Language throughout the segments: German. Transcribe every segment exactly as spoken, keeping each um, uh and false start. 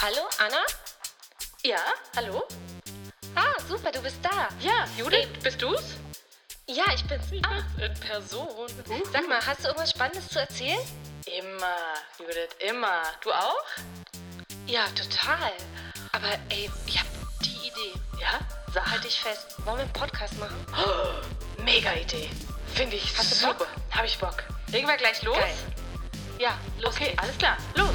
Hallo, Anna? Ja, hallo? Ah, super, du bist da. Ja, Judith, Ey. bist du's? Ja, ich bin's. Ich Ah, bin's in Person. Uh. sag mal, hast du irgendwas Spannendes zu erzählen? Immer, Judith, immer. Du auch? Ja, total. Aber ey, ich hab die Idee. Ja? Sag. Halt dich fest. Wollen wir einen Podcast machen? Oh, mega Idee. Finde ich Hast du super. Bock? Hab ich Bock. Legen wir gleich los? Geil. Ja, los Okay, geht's. alles klar. Los.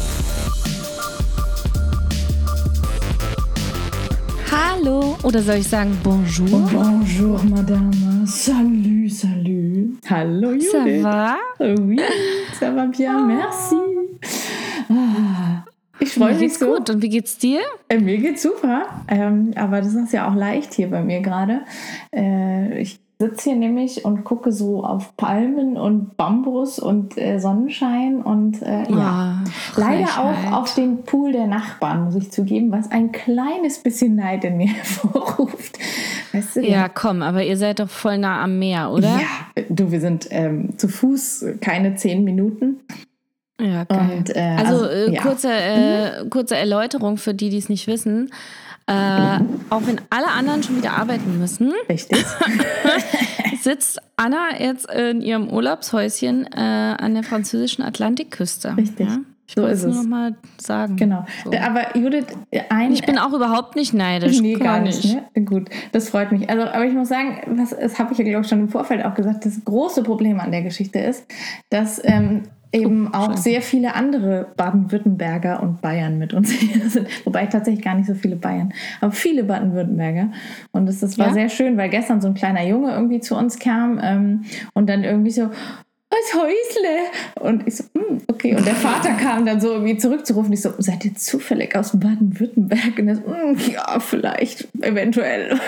Hallo, oder soll ich sagen Bonjour? Bonjour, Madame. Salut, salut. Hallo, Judith. Ça va? Oui, ça va bien, merci. Ah, ich freue Mir mich geht's so. gut. Und wie geht's dir? Äh, mir geht's super. Ähm, aber das ist ja auch leicht hier bei mir gerade. Äh, ich sitze hier nämlich und gucke so auf Palmen und Bambus und äh, Sonnenschein und äh, ja. Ah, Leider Frechheit. auch auf den Pool der Nachbarn, muss ich zugeben, was ein kleines bisschen Neid in mir hervorruft. Weißt du, Ja, komm, aber ihr seid doch voll nah am Meer, oder? Ja, du, wir sind ähm, zu Fuß keine zehn Minuten. Ja, geil. Und, äh, also, also, äh, ja. kurze, äh, kurze Erläuterung für die, die es nicht wissen. Äh, auch wenn alle anderen schon wieder arbeiten müssen, Richtig. sitzt Anna jetzt in ihrem Urlaubshäuschen äh, an der französischen Atlantikküste. Richtig. Ja? Ich So wollte ist es nur es. noch mal sagen. Genau. So. Aber Judith, ein... Ich bin auch überhaupt nicht neidisch. Nee, gar nicht. Ne? Gut, das freut mich. Also, aber ich muss sagen, was, das habe ich ja, glaube ich, schon im Vorfeld auch gesagt, das große Problem an der Geschichte ist, dass ähm, eben Oh, auch schön. sehr viele andere Baden-Württemberger und Bayern mit uns hier sind. Wobei tatsächlich gar nicht so viele Bayern, aber viele Baden-Württemberger. Und das, das war Ja? sehr schön, weil gestern so ein kleiner Junge irgendwie zu uns kam ähm, und dann irgendwie so, was Häusle? Und ich so, hm, okay. Und der Vater kam dann so irgendwie zurückzurufen. Ich so, seid ihr zufällig aus Baden-Württemberg? Und er so, hm, ja, vielleicht, eventuell.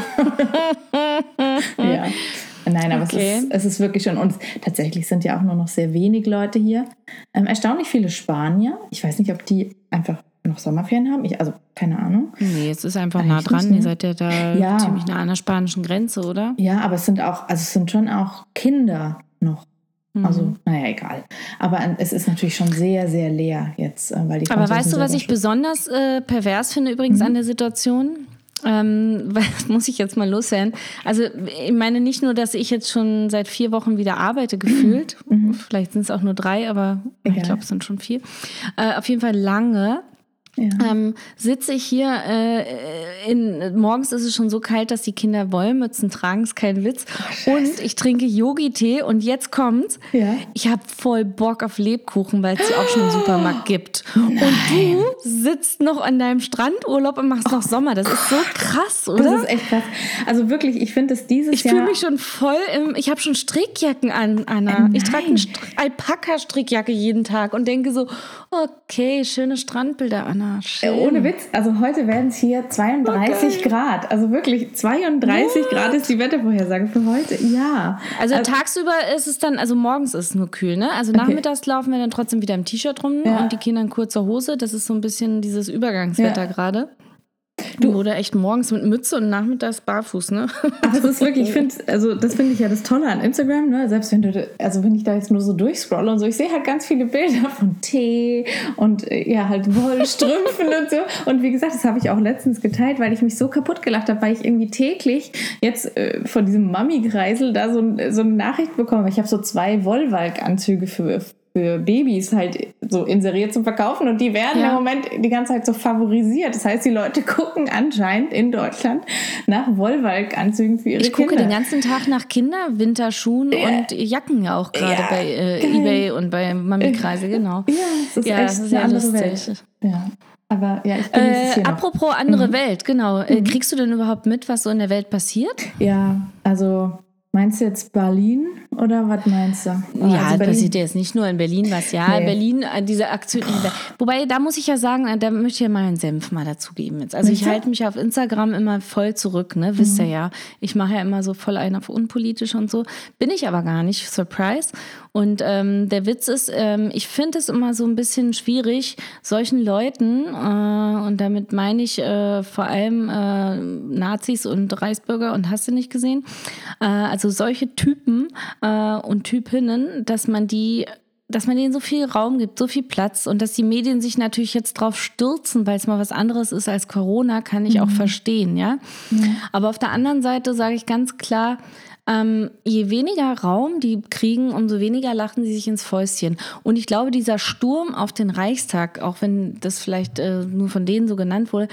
Ja. Nein, aber Okay. es, ist, es ist wirklich schon, und tatsächlich sind ja auch nur noch sehr wenig Leute hier. Ähm, erstaunlich viele Spanier. Ich weiß nicht, ob die einfach noch Sommerferien haben. Ich, also, keine Ahnung. Nee, es ist einfach Eigentlich nah dran. nicht, ne? Ihr seid ja da Ja. ziemlich nah an der spanischen Grenze, oder? Ja, aber es sind auch, also es sind schon auch Kinder noch. Also, naja, egal. Aber es ist natürlich schon sehr, sehr leer jetzt, äh, weil die Aber Franzosen weißt du, was selber ich besonders äh, pervers finde übrigens Mhm. an der Situation? Ähm, weil, das muss ich jetzt mal loswerden. Also ich meine nicht nur, dass ich jetzt schon seit vier Wochen wieder arbeite, gefühlt. Vielleicht sind es auch nur drei, aber ich Egal. glaube, es sind schon vier. Äh, auf jeden Fall lange. Ja. Ähm, sitze ich hier, äh, in, morgens ist es schon so kalt, dass die Kinder Wollmützen tragen, ist kein Witz. Und ich trinke Yogi-Tee und jetzt kommt's. Ja. Ich habe voll Bock auf Lebkuchen, weil es die auch schon im Supermarkt gibt. Und du sitzt noch an deinem Strandurlaub und machst noch Sommer. Das ist so krass, oder? Das ist echt krass. Also wirklich, ich finde es dieses Ich Jahr... fühle mich schon voll im, ich habe schon Strickjacken an, Anna. Äh, ich trage eine nein. St- Alpaka-Strickjacke jeden Tag und denke so, okay, schöne Strandbilder, Anna. Schön. Äh, Ohne Witz, also heute werden es hier zweiunddreißig Grad. Also wirklich, zweiunddreißig Grad ist die Wettervorhersage für heute. Ja. Also tagsüber ist es dann, also morgens ist es nur kühl, ne? Also nachmittags laufen wir dann trotzdem wieder im T-Shirt rum Ja. und die Kinder in kurzer Hose. Das ist so ein bisschen dieses Übergangswetter Ja. gerade. Du oder echt morgens mit Mütze und nachmittags barfuß, ne? Aber es ist wirklich, ich finde, also das finde ich ja das Tolle an Instagram, ne? Selbst wenn du, also wenn ich da jetzt nur so durchscrolle und so, ich sehe halt ganz viele Bilder von Tee und äh, ja, halt Wollstrümpfen und so. Und wie gesagt, das habe ich auch letztens geteilt, weil ich mich so kaputt gelacht habe, weil ich irgendwie täglich jetzt äh, von diesem Mami-Kreisel da so, so eine Nachricht bekomme. Ich habe so zwei Wollwalk-Anzüge für für Babys halt so inseriert zum Verkaufen und die werden Ja. im Moment die ganze Zeit so favorisiert. Das heißt, die Leute gucken anscheinend in Deutschland nach Wollwalk-Anzügen für ihre Ich gucke Kinder. den ganzen Tag nach Kinderwinterschuhen und Jacken ja auch gerade Ja, bei äh, geil. eBay und bei Mami-Kreise, genau. Ja, das ist Ja, echt sehr eine andere lustig. Welt. Ja, aber ja, ich genieße es Äh, hier noch. apropos andere Welt, genau. Äh, kriegst du denn überhaupt mit, was so in der Welt passiert? Ja, also meinst du jetzt Berlin oder was meinst du? Ja, also passiert ja jetzt nicht nur in Berlin was. Ja, Nee. Berlin, äh, diese Aktion. Wobei, da muss ich ja sagen, äh, da möchte ich ja mal einen Senf mal dazugeben jetzt. Also ich Bitte? halte mich auf Instagram immer voll zurück, ne? Wisst ihr ja. Ich mache ja immer so voll einen auf unpolitisch und so. Bin ich aber gar nicht. Surprise. Und ähm, der Witz ist, ähm, ich finde es immer so ein bisschen schwierig, solchen Leuten, äh, und damit meine ich äh, vor allem äh, Nazis und Reichsbürger und hast du nicht gesehen, äh, also solche Typen äh, und Typinnen, dass man die dass man denen so viel Raum gibt, so viel Platz und dass die Medien sich natürlich jetzt drauf stürzen, weil es mal was anderes ist als Corona, kann ich mhm. auch verstehen, ja. Mhm. Aber auf der anderen Seite sage ich ganz klar, ähm, je weniger Raum die kriegen, umso weniger lachen sie sich ins Fäustchen. Und ich glaube, dieser Sturm auf den Reichstag, auch wenn das vielleicht äh, nur von denen so genannt wurde,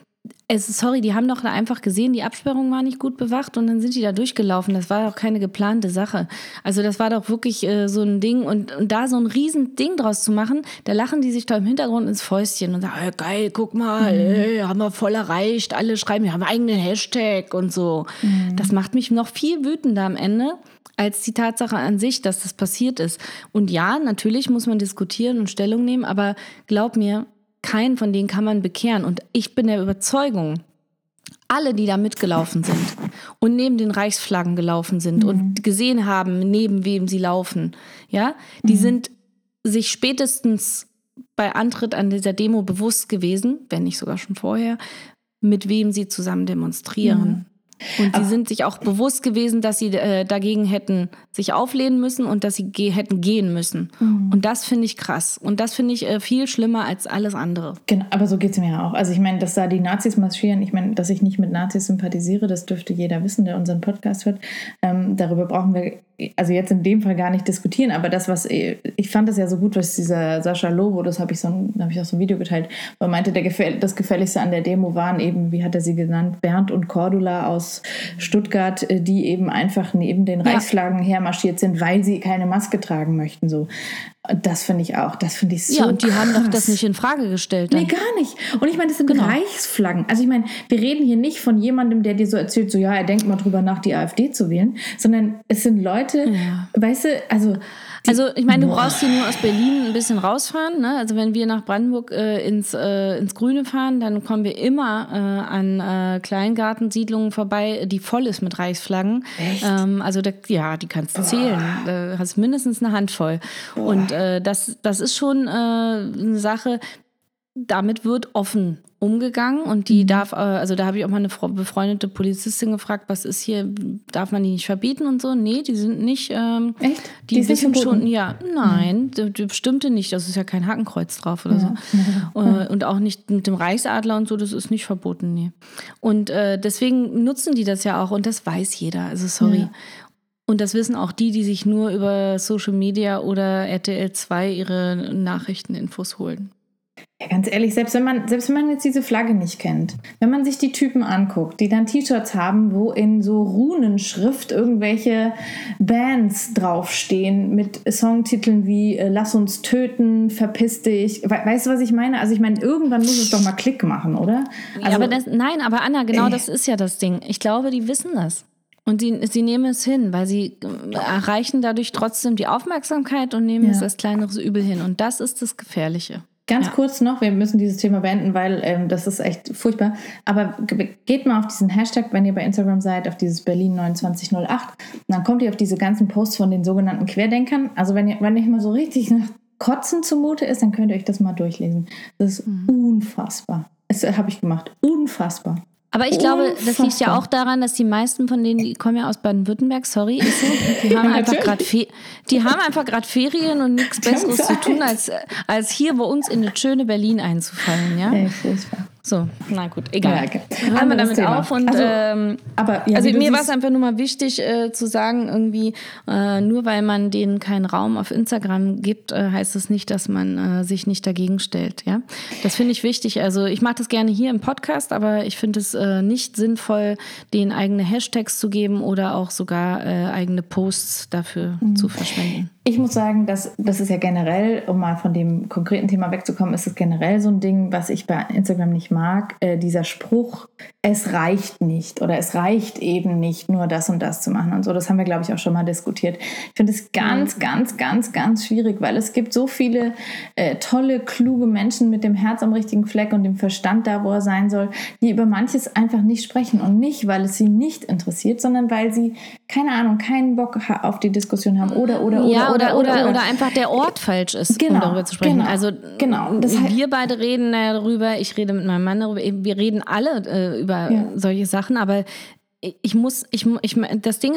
Es, sorry, die haben doch da einfach gesehen, die Absperrung war nicht gut bewacht und dann sind die da durchgelaufen. Das war doch keine geplante Sache. Also das war doch wirklich äh, so ein Ding und, und da so ein riesen Ding draus zu machen, da lachen die sich da im Hintergrund ins Fäustchen und sagen, hey, geil, guck mal, mhm. ey, haben wir voll erreicht, alle schreiben, wir haben einen eigenen Hashtag und so. Mhm. Das macht mich noch viel wütender am Ende, als die Tatsache an sich, dass das passiert ist. Und ja, natürlich muss man diskutieren und Stellung nehmen, aber glaub mir, keinen von denen kann man bekehren. Und ich bin der Überzeugung, alle, die da mitgelaufen sind und neben den Reichsflaggen gelaufen sind mhm. und gesehen haben, neben wem sie laufen, ja, die mhm. sind sich spätestens bei Antritt an dieser Demo bewusst gewesen, wenn nicht sogar schon vorher, mit wem sie zusammen demonstrieren. Mhm. Und sie sind sich auch bewusst gewesen, dass sie äh, dagegen hätten sich auflehnen müssen und dass sie ge- hätten gehen müssen. Mhm. Und das finde ich krass. Und das finde ich äh, viel schlimmer als alles andere. Genau, aber so geht es mir ja auch. Also ich meine, dass da die Nazis marschieren, ich meine, dass ich nicht mit Nazis sympathisiere, das dürfte jeder wissen, der unseren Podcast hört. Ähm, darüber brauchen wir also jetzt in dem Fall gar nicht diskutieren, aber das, was ich fand das ja so gut, was dieser Sascha Lobo, das habe ich so ein, habe ich auch so ein Video geteilt, wo er meinte, der Gefähr- das Gefährlichste an der Demo waren eben, wie hat er sie genannt, Bernd und Cordula aus Stuttgart, die eben einfach neben den Reichsflaggen hermarschiert sind, weil sie keine Maske tragen möchten. So. Das finde ich auch, das finde ich so Ja, und die krass. haben doch das nicht in Frage gestellt. Dann. Nee, gar nicht. Und ich meine, das sind Genau. Reichsflaggen. Also ich meine, wir reden hier nicht von jemandem, der dir so erzählt, so ja, er denkt mal drüber nach, die AfD zu wählen, sondern es sind Leute, ja. weißt du, also... Die, also ich meine, du boah. brauchst hier nur aus Berlin ein bisschen rausfahren. Ne? Also wenn wir nach Brandenburg äh, ins, äh, ins Grüne fahren, dann kommen wir immer äh, an äh, Kleingartensiedlungen vorbei, die voll ist mit Reichsflaggen. Echt? Ähm, also da, ja, die kannst du zählen. Da hast mindestens eine Handvoll. Boah. Und äh, das, das ist schon äh, eine Sache, damit wird offen umgegangen und die mhm. darf, also da habe ich auch mal eine befreundete Polizistin gefragt, was ist hier, darf man die nicht verbieten und so? Nee, die sind nicht, ähm, Echt? Die, die wissen schon, ja, nein, mhm. die bestimmte nicht, das ist ja kein Hakenkreuz drauf oder ja. so. Ja. Äh, und auch nicht mit dem Reichsadler und so, das ist nicht verboten, nee. Und äh, deswegen nutzen die das ja auch und das weiß jeder, also sorry. Ja. Und das wissen auch die, die sich nur über Social Media oder R T L zwei ihre Nachrichteninfos holen. Ja, ganz ehrlich, selbst wenn man, selbst wenn man jetzt diese Flagge nicht kennt, wenn man sich die Typen anguckt, die dann T-Shirts haben, wo in so Runenschrift irgendwelche Bands draufstehen mit Songtiteln wie Lass uns töten, verpiss dich. We- weißt du, was ich meine? Also ich meine, irgendwann muss es doch mal Klick machen, oder? Also, ja, aber das, nein, aber Anna, genau äh, das ist ja das Ding. Ich glaube, die wissen das. Und sie, sie nehmen es hin, weil sie erreichen dadurch trotzdem die Aufmerksamkeit und nehmen Ja. es als kleineres Übel hin. Und das ist das Gefährliche. Ganz Ja. kurz noch, wir müssen dieses Thema beenden, weil ähm, das ist echt furchtbar. Aber ge- geht mal auf diesen Hashtag, wenn ihr bei Instagram seid, auf dieses Berlin neunundzwanzig null acht. Und dann kommt ihr auf diese ganzen Posts von den sogenannten Querdenkern. Also wenn ihr, wenn euch mal so richtig nach Kotzen zumute ist, dann könnt ihr euch das mal durchlesen. Das ist mhm. unfassbar. Das habe ich gemacht. Unfassbar. Aber ich glaube, das liegt ja auch daran, dass die meisten von denen, die kommen ja aus Baden-Württemberg, sorry, ist so, die haben einfach gerade Fe- die haben einfach gerade Ferien und nichts Besseres zu tun, als, als hier bei uns in das schöne Berlin einzufallen, ja? Ey, furchtbar. So, na gut, egal. Ja, okay. Hören wir Anderes damit Thema. auf. Und, Also, ähm, aber, ja, also wie du mir war es siehst- einfach nur mal wichtig äh, zu sagen, irgendwie, äh, nur weil man denen keinen Raum auf Instagram gibt, äh, heißt es nicht, dass man äh, sich nicht dagegen stellt. Ja, das finde ich wichtig. Also ich mache das gerne hier im Podcast, aber ich finde es äh, nicht sinnvoll, denen eigene Hashtags zu geben oder auch sogar äh, eigene Posts dafür mhm. zu verschwenden. Ich muss sagen, dass, das ist ja generell, um mal von dem konkreten Thema wegzukommen, ist es generell so ein Ding, was ich bei Instagram nicht mag. Äh, dieser Spruch, es reicht nicht oder es reicht eben nicht, nur das und das zu machen und so. Das haben wir, glaube ich, auch schon mal diskutiert. Ich finde es ganz, ganz, ganz, ganz schwierig, weil es gibt so viele äh, tolle, kluge Menschen mit dem Herz am richtigen Fleck und dem Verstand da, wo er sein soll, die über manches einfach nicht sprechen. Und nicht, weil es sie nicht interessiert, sondern weil sie, keine Ahnung, keinen Bock auf die Diskussion haben oder, oder, oder. Ja, Oder, oder, oder, oder, oder einfach der Ort falsch ist, genau, um darüber zu sprechen. Genau, also genau. Das heißt, wir beide reden darüber, ich rede mit meinem Mann darüber, wir reden alle äh, über ja. solche Sachen, aber ich muss, ich, ich, das Ding ist,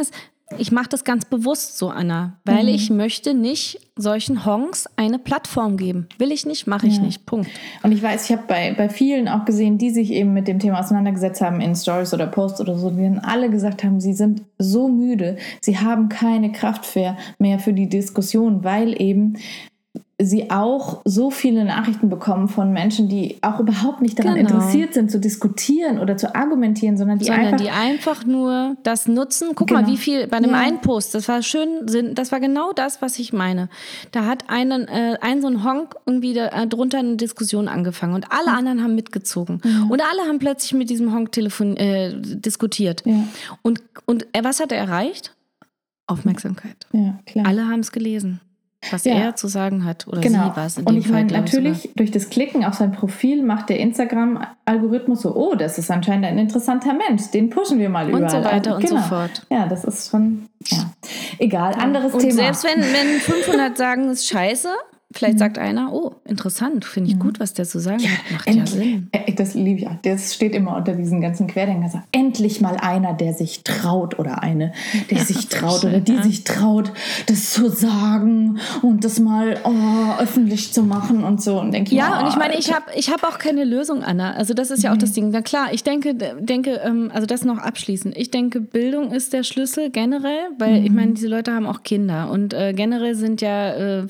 ich mache das ganz bewusst so, Anna, weil mhm. ich möchte nicht solchen Honks eine Plattform geben. Will ich nicht, mache ich ja. nicht. Punkt. Und ich weiß, ich habe bei, bei vielen auch gesehen, die sich eben mit dem Thema auseinandergesetzt haben in Stories oder Posts oder so, die dann alle gesagt haben, sie sind so müde, sie haben keine Kraft mehr für die Diskussion, weil eben sie auch so viele Nachrichten bekommen von Menschen, die auch überhaupt nicht daran genau. interessiert sind, zu diskutieren oder zu argumentieren, sondern die, sondern einfach, die einfach nur das nutzen. Guck genau. mal, wie viel bei einem ja. einen Post, das war schön, das war genau das, was ich meine. Da hat einen, äh, ein so ein Honk irgendwie da, äh, drunter eine Diskussion angefangen und alle mhm. anderen haben mitgezogen. Ja. Und alle haben plötzlich mit diesem Honk telefon- äh, diskutiert. Ja. Und, und äh, was hat er erreicht? Aufmerksamkeit. Ja, klar. Alle haben es gelesen. Was ja. er zu sagen hat oder genau. sie was in und dem ich Fall. meine, natürlich sogar. Durch das Klicken auf sein Profil macht der Instagram-Algorithmus so, oh, das ist anscheinend ein interessanter Mensch, den pushen wir mal überall. Und so weiter also, und genau. so fort. Ja, das ist schon, ja, egal, ja. anderes und Thema. Und selbst wenn, wenn fünfhundert sagen, ist scheiße, vielleicht mhm. sagt einer, oh, interessant, finde ich mhm. gut, was der zu sagen hat. Macht ja Sinn. Das liebe ich auch. Das steht immer unter diesen ganzen Querdenkern. So, endlich mal einer, der sich traut oder eine, der ja, sich traut schön, oder die ja. sich traut, das zu sagen und das mal oh, öffentlich zu machen und so. Und denke, ja, oh, und ich meine, ich habe ich hab auch keine Lösung, Anna. Also das ist ja auch mhm. das Ding. Na klar, ich denke, denke also das noch abschließend. Ich denke, Bildung ist der Schlüssel generell, weil mhm. ich meine, diese Leute haben auch Kinder und äh, generell sind ja äh,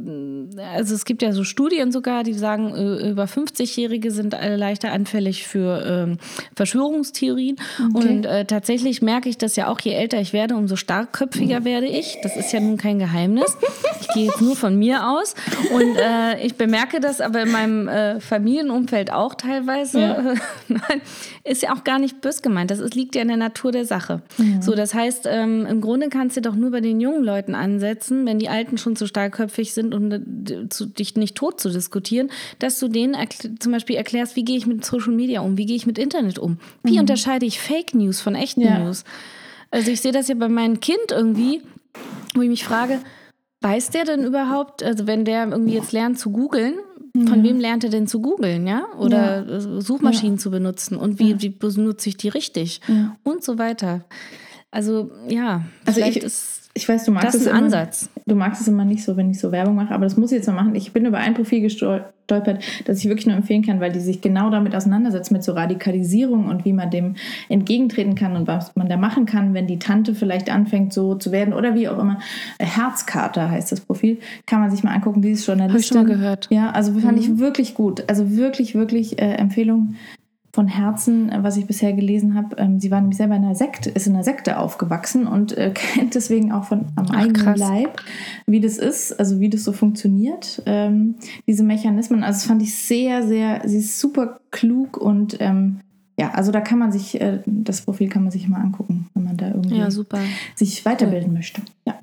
also es gibt ja so Studien sogar, die sagen, über fünfzigjährige sind leichter anfällig für ähm, Verschwörungstheorien. Okay. Und äh, tatsächlich merke ich das ja auch, je älter ich werde, umso starkköpfiger werde ich. Das ist ja nun kein Geheimnis. Ich gehe jetzt nur von mir aus. Und äh, ich bemerke das aber in meinem äh, Familienumfeld auch teilweise. Ja. Nein, ist ja auch gar nicht bös gemeint. Das ist, liegt ja in der Natur der Sache. Mhm. So, das heißt, ähm, im Grunde kannst du doch nur bei den jungen Leuten ansetzen, wenn die Alten schon zu starkköpfig sind und äh, zu, dich nicht tot zu diskutieren, dass du denen erkl- zum Beispiel erklärst, wie gehe ich mit Social Media um, wie gehe ich mit Internet um, wie mhm. unterscheide ich Fake News von echten ja. News. Also ich sehe das ja bei meinem Kind irgendwie, wo ich mich frage, weiß der denn überhaupt, also wenn der irgendwie jetzt lernt zu googeln, von ja. wem lernt er denn zu googeln, ja? Oder ja. Suchmaschinen ja. zu benutzen und wie, ja. wie benutze ich die richtig ja. und so weiter. Also ja, also vielleicht ich, ist ich weiß, du magst das es ein immer, Ansatz. Du magst es immer nicht so, wenn ich so Werbung mache, aber das muss ich jetzt mal machen. Ich bin über ein Profil gestolpert, das ich wirklich nur empfehlen kann, weil die sich genau damit auseinandersetzt, mit so Radikalisierung und wie man dem entgegentreten kann und was man da machen kann, wenn die Tante vielleicht anfängt so zu werden oder wie auch immer. Herzkater heißt das Profil, kann man sich mal angucken, die ist Journalistin. Habe ich mal gehört. Ja, also fand mhm. ich wirklich gut. Also wirklich, wirklich äh, Empfehlung von Herzen, was ich bisher gelesen habe. Ähm, sie war nämlich selber in einer Sekte, ist in einer Sekte aufgewachsen und äh, kennt deswegen auch von am Ach, eigenen krass. Leib, wie das ist, also wie das so funktioniert, ähm, diese Mechanismen. Also das fand ich sehr, sehr, sie ist super klug und ähm, ja, also da kann man sich, äh, das Profil kann man sich mal angucken, wenn man da irgendwie ja, super. sich weiterbilden cool. möchte. Ja.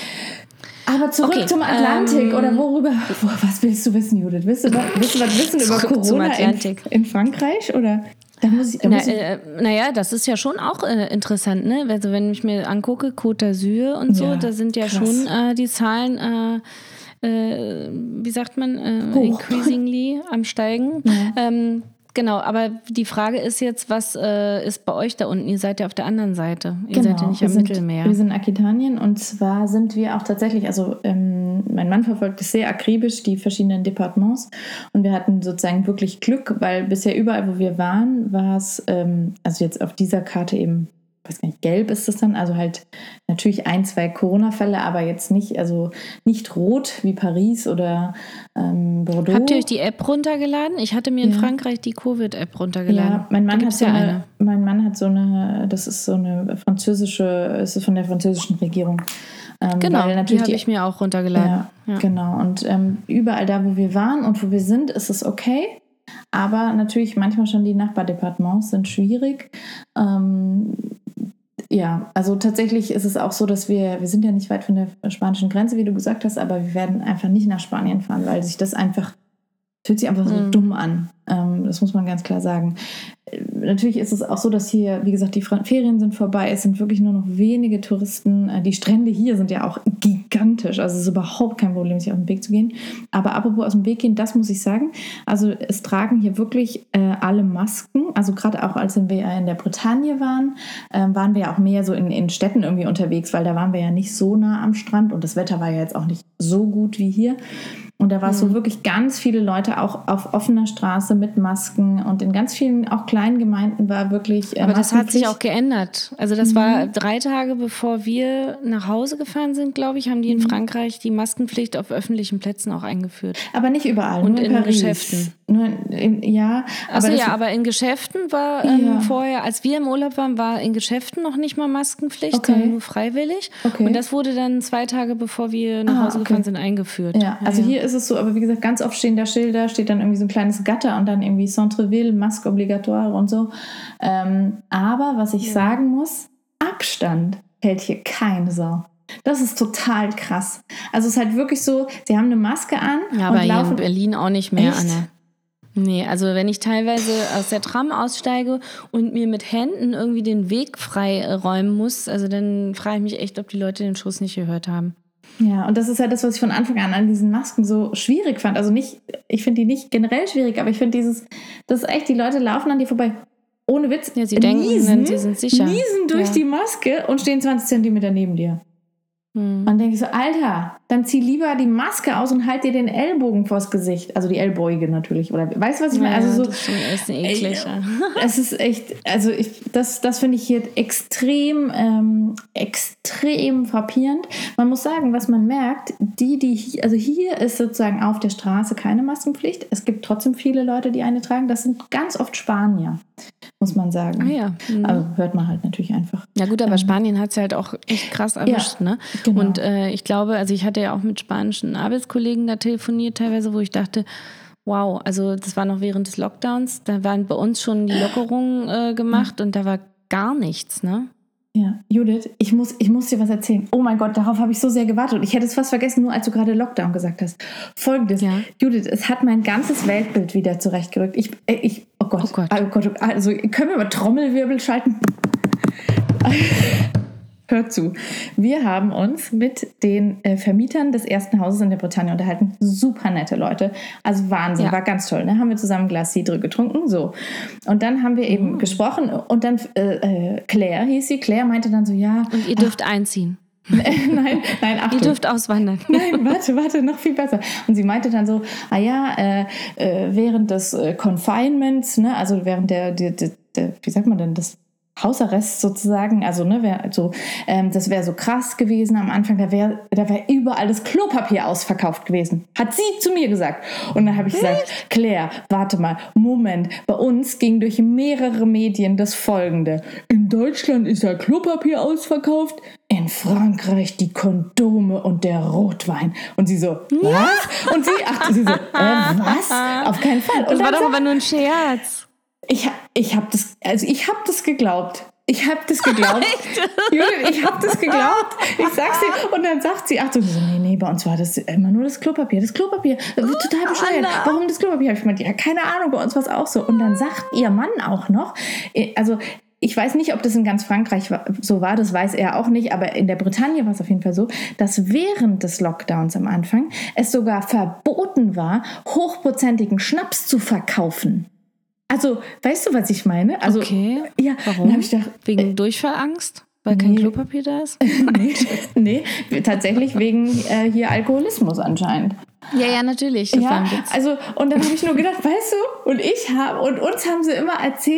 Aber zurück okay, zum Atlantik ähm, oder worüber? Was willst du wissen, Judith? Willst du, willst du was wissen über Corona in, in Frankreich? Oder? Da muss ich, da Na, muss ich äh, naja, das ist ja schon auch äh, interessant, ne? Also wenn ich mir angucke, Côte d'Azur und so, ja, da sind ja krass. schon äh, die Zahlen, äh, äh, wie sagt man, äh, increasingly am Steigen. Ja. Ähm, Genau, aber die Frage ist jetzt, was äh, ist bei euch da unten? Ihr seid ja auf der anderen Seite. Ihr genau, seid ja nicht wir am sind, Mittelmeer. Wir sind in Aquitanien und zwar sind wir auch tatsächlich, also ähm, mein Mann verfolgt es sehr akribisch, die verschiedenen Departements und wir hatten sozusagen wirklich Glück, weil bisher überall, wo wir waren, war es, ähm, also jetzt auf dieser Karte eben, ich weiß gar nicht, gelb ist es dann, also halt natürlich ein, zwei Corona-Fälle, aber jetzt nicht, also nicht rot wie Paris oder ähm, Bordeaux. Habt ihr euch die App runtergeladen? Ich hatte mir in ja. Frankreich die Covid-App runtergeladen. Ja, mein Mann hat so ja eine, eine. mein Mann hat so eine, das ist so eine französische, es ist von der französischen Regierung. Ähm, genau, weil natürlich die habe ich mir auch runtergeladen. Ja, ja. Genau, und ähm, überall da, wo wir waren und wo wir sind, ist es okay. Aber natürlich manchmal schon die Nachbardepartements sind schwierig. Ähm, ja, also tatsächlich ist es auch so, dass wir, wir sind ja nicht weit von der spanischen Grenze, wie du gesagt hast, aber wir werden einfach nicht nach Spanien fahren, weil sich das einfach Es fühlt sich einfach so mhm. dumm an. Ähm, das muss man ganz klar sagen. Natürlich ist es auch so, dass hier, wie gesagt, die Ferien sind vorbei. Es sind wirklich nur noch wenige Touristen. Die Strände hier sind ja auch gigantisch. Also es ist überhaupt kein Problem, sich auf den Weg zu gehen. Aber apropos aus dem Weg gehen, das muss ich sagen. Also es tragen hier wirklich äh, alle Masken. Also gerade auch als wir in der Bretagne waren, äh, waren wir ja auch mehr so in, in Städten irgendwie unterwegs, weil da waren wir ja nicht so nah am Strand und das Wetter war ja jetzt auch nicht so gut wie hier. Und da war es mhm. so wirklich ganz viele Leute auch auf offener Straße mit Masken und in ganz vielen auch kleinen Gemeinden war wirklich äh, Aber das hat sich auch geändert. Also das mhm. war drei Tage bevor wir nach Hause gefahren sind, glaube ich, haben die in mhm. Frankreich die Maskenpflicht auf öffentlichen Plätzen auch eingeführt. Aber nicht überall, und nur in, in Paris. Geschäften. Nur in, in, ja, Achso, aber ja, aber in Geschäften war ähm, ja. vorher, als wir im Urlaub waren, war in Geschäften noch nicht mal Maskenpflicht, okay. sondern nur freiwillig. Okay. Und das wurde dann zwei Tage bevor wir nach ah, Hause okay. gefahren sind, eingeführt. Ja, also ja. hier ist es so, aber wie gesagt, ganz oft stehen da Schilder, steht dann irgendwie so ein kleines Gatter und dann irgendwie Centreville, Masque obligatoire und so. Ähm, aber was ich ja. sagen muss, Abstand hält hier keine Sau. Das ist total krass. Also es ist halt wirklich so, sie haben eine Maske an ja, aber und laufen... hier in Berlin auch nicht mehr, Echt? Anne. Nee, also wenn ich teilweise aus der Tram aussteige und mir mit Händen irgendwie den Weg frei räumen muss, also dann frage ich mich echt, ob die Leute den Schuss nicht gehört haben. Ja, und das ist halt das, was ich von Anfang an an diesen Masken so schwierig fand. Also nicht, ich finde die nicht generell schwierig, aber ich finde dieses, das ist echt, die Leute laufen an dir vorbei, ohne Witz, ja, sie denken, niesen, sie sind sicher. niesen durch ja. die Maske und stehen zwanzig Zentimeter neben dir. Und dann denke ich so, Alter, dann zieh lieber die Maske aus und halt dir den Ellbogen vors Gesicht. Also die Ellbeuge natürlich. Oder weißt du, was ich meine? Also so, das ist schon echt eklig. Äh, es ist echt, also ich, das, das finde ich hier extrem, ähm, extrem frappierend. Man muss sagen, was man merkt, die, die hier, also hier ist sozusagen auf der Straße keine Maskenpflicht. Es gibt trotzdem viele Leute, die eine tragen. Das sind ganz oft Spanier, muss man sagen. Ah ja. Mhm. Also hört man halt natürlich einfach. Ja gut, aber ähm, Spanien hat es halt auch echt krass erwischt, ja, ne? Genau. Und äh, ich glaube, also ich hatte ja auch mit spanischen Arbeitskollegen da telefoniert teilweise, wo ich dachte, wow, also das war noch während des Lockdowns, da waren bei uns schon die Lockerungen äh, gemacht mhm. und da war gar nichts, ne? Ja, Judith, ich muss, ich muss dir was erzählen. Oh mein Gott, darauf habe ich so sehr gewartet und ich hätte es fast vergessen, nur als du gerade Lockdown gesagt hast. Folgendes, ja. Judith, es hat mein ganzes Weltbild wieder zurechtgerückt. Ich, ich, oh Gott, oh Gott, oh Gott, also können wir mal Trommelwirbel schalten? Hört zu. Wir haben uns mit den äh, Vermietern des ersten Hauses in der Bretagne unterhalten. Super nette Leute. Also Wahnsinn, ja. war ganz toll. Da haben wir zusammen ein Glas Cidre getrunken. So. Und dann haben wir eben mhm. gesprochen und dann äh, Claire hieß sie. Claire meinte dann so, ja. Und ihr dürft ach, einziehen. nein, nein, Achtung. Ihr dürft auswandern. Nein, warte, warte, noch viel besser. Und sie meinte dann so, ah ja, äh, äh, während des äh, Confinements, ne, also während der, der, der, der, wie sagt man denn, das Hausarrest sozusagen, also ne, wär, so, ähm, das wäre so krass gewesen am Anfang, da wäre da wär überall das Klopapier ausverkauft gewesen. Hat sie zu mir gesagt. Und dann habe ich gesagt, Claire, warte mal, Moment, bei uns ging durch mehrere Medien das Folgende. In Deutschland ist ja Klopapier ausverkauft, in Frankreich die Kondome und der Rotwein. Und sie so, was? Ja. Und sie, ach, sie so, äh, was? Auf keinen Fall. Und das war doch so, aber nur ein Scherz. Ich, ich habe das, also ich habe das geglaubt. Ich habe das geglaubt. Judith, ich habe das geglaubt. Ich sag's dir. Und dann sagt sie, ach so, nee, nee, bei uns war das immer nur das Klopapier. Das Klopapier, das wird total bescheuert. Warum das Klopapier? Hab ich gemeint, ja, keine Ahnung, bei uns war es auch so. Und dann sagt ihr Mann auch noch, also ich weiß nicht, ob das in ganz Frankreich so war, das weiß er auch nicht, aber in der Bretagne war es auf jeden Fall so, dass während des Lockdowns am Anfang es sogar verboten war, hochprozentigen Schnaps zu verkaufen. Also, weißt du, was ich meine? Also, okay. Ja, warum? Dann hab ich gedacht, wegen äh, Durchfallangst? Weil nee. kein Klopapier da ist? nee, nee, tatsächlich wegen äh, hier Alkoholismus anscheinend. Ja, ja, natürlich. Das ja, war ein Witz. Also, und dann habe ich nur gedacht, weißt du, und ich habe, und uns haben sie immer erzählt,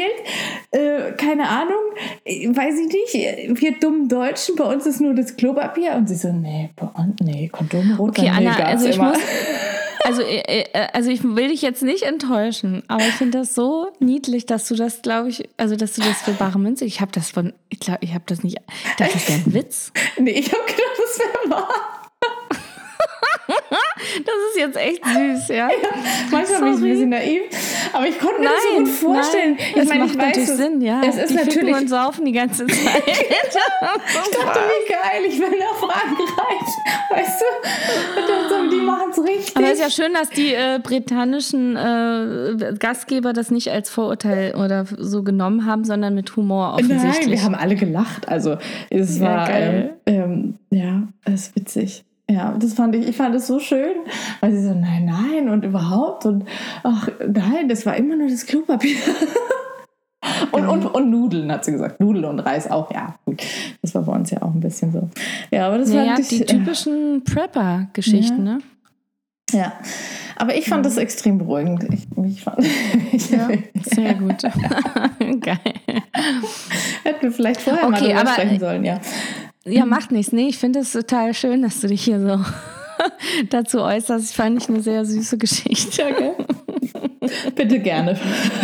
äh, keine Ahnung, weiß ich nicht, wir dummen Deutschen, bei uns ist nur das Klopapier. Und sie so, nee, bei uns, nee, Kondome, Rotwein, okay, nee, Anna, also ich immer. muss... Also, also ich will dich jetzt nicht enttäuschen, aber ich finde das so niedlich, dass du das, glaube ich, also dass du das für bare Münze, ich habe das von, ich glaube, ich habe das nicht, ich dachte, das wäre ein Witz. Nee, ich habe gedacht, das wäre wahr. Das ist jetzt echt süß, ja. ja manchmal bin ich ein bisschen naiv, aber ich konnte mir nein, das so gut vorstellen. Nein, ich das meine, macht ich weiß, natürlich es, Sinn, ja. Es ist die natürlich und saufen die ganze Zeit. Ich dachte, wie geil, ich will nach Frankreich, weißt du? Und dann so, die machen es richtig richtig. Aber es ist ja schön, dass die äh, britannischen äh, Gastgeber das nicht als Vorurteil oder so genommen haben, sondern mit Humor offensichtlich. Nein, wir haben alle gelacht. Also es Ja, war, geil. ähm, ähm, ja, es ist witzig. Ja, das fand ich, ich fand es so schön, weil sie so, nein, nein und überhaupt und ach nein, das war immer nur das Klopapier. Und, und, und Nudeln, hat sie gesagt. Nudeln und Reis auch, ja. Gut. Das war bei uns ja auch ein bisschen so. Ja, aber das Naja, fand ich, die typischen Prepper-Geschichten, Ja. ne? Ja, aber ich fand das extrem beruhigend. Ich, ich fand, ich, Ja, sehr gut. Geil. Hätten wir vielleicht vorher mal Okay, drüber aber- sprechen sollen, ja. Ja, macht nichts. Nee, ich finde es total schön, dass du dich hier so dazu äußerst. Ich fand ich eine sehr süße Geschichte. Okay. Bitte gerne.